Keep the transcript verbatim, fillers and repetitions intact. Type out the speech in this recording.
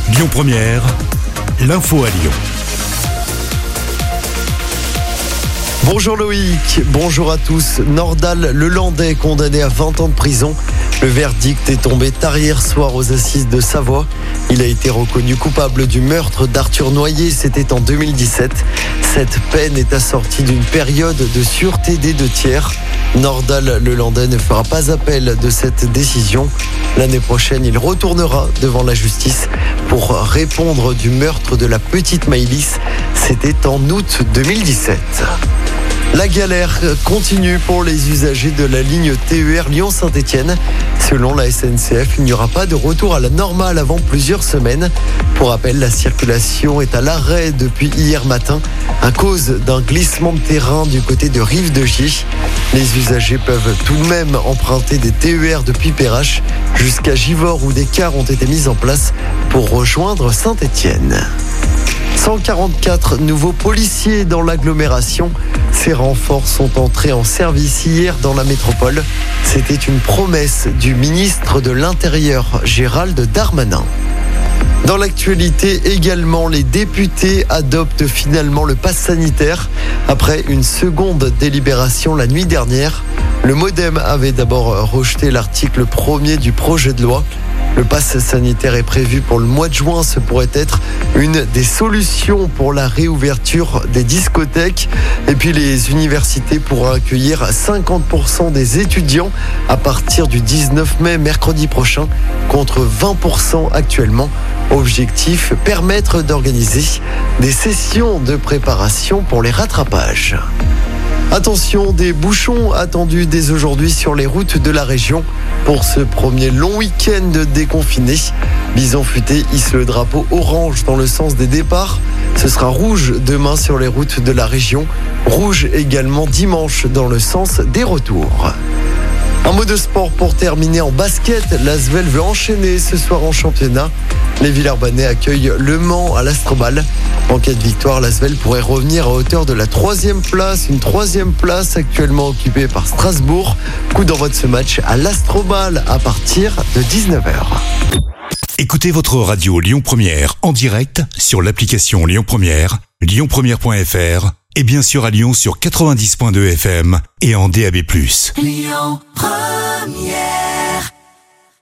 Lyon Première, l'info à Lyon. Bonjour Loïc, bonjour à tous. Nordal Lelandais condamné à vingt ans de prison. Le verdict est tombé tard hier soir aux assises de Savoie. Il a été reconnu coupable du meurtre d'Arthur Noyer, c'était en deux mille dix-sept. Cette peine est assortie d'une période de sûreté des deux tiers. Nordal Lelandais ne fera pas appel de cette décision. L'année prochaine, il retournera devant la justice pour répondre du meurtre de la petite Maëlys. C'était en août deux mille dix-sept. La galère continue pour les usagers de la ligne T E R Lyon-Saint-Etienne. Selon la S N C F, il n'y aura pas de retour à la normale avant plusieurs semaines. Pour rappel, la circulation est à l'arrêt depuis hier matin à cause d'un glissement de terrain du côté de Rive-de-Gier. Les usagers peuvent tout de même emprunter des T E R depuis Perrache jusqu'à Givors où des cars ont été mis en place pour rejoindre Saint-Etienne. cent quarante-quatre nouveaux policiers dans l'agglomération. Ces renforts sont entrés en service hier dans la métropole. C'était une promesse du ministre de l'Intérieur, Gérald Darmanin. Dans l'actualité également, les députés adoptent finalement le pass sanitaire après une seconde délibération la nuit dernière. Le MoDem avait d'abord rejeté l'article premier du projet de loi. Le pass sanitaire est prévu pour le mois de juin. Ce pourrait être une des solutions pour la réouverture des discothèques. Et puis les universités pourront accueillir cinquante pour cent des étudiants à partir du dix-neuf mai, mercredi prochain, contre vingt pour cent actuellement. Objectif, permettre d'organiser des sessions de préparation pour les rattrapages. Attention, des bouchons attendus dès aujourd'hui sur les routes de la région. Pour ce premier long week-end déconfiné, Bison Futé hisse le drapeau orange dans le sens des départs. Ce sera rouge demain sur les routes de la région. Rouge également dimanche dans le sens des retours. Un mot de sport pour terminer en basket. L'Asvel veut enchaîner ce soir en championnat. Les Villeurbanais accueillent Le Mans à l'Astrobal. En cas de victoire, l'Asvel pourrait revenir à hauteur de la troisième place. Une troisième place actuellement occupée par Strasbourg. Coup d'envoi de ce match à l'Astrobal à partir de dix-neuf heures. Écoutez votre radio Lyon Première en direct sur l'application Lyon Première, lyon première point f r et bien sûr à Lyon sur quatre-vingt-dix point deux F M et en D A B plus. Lyon Première.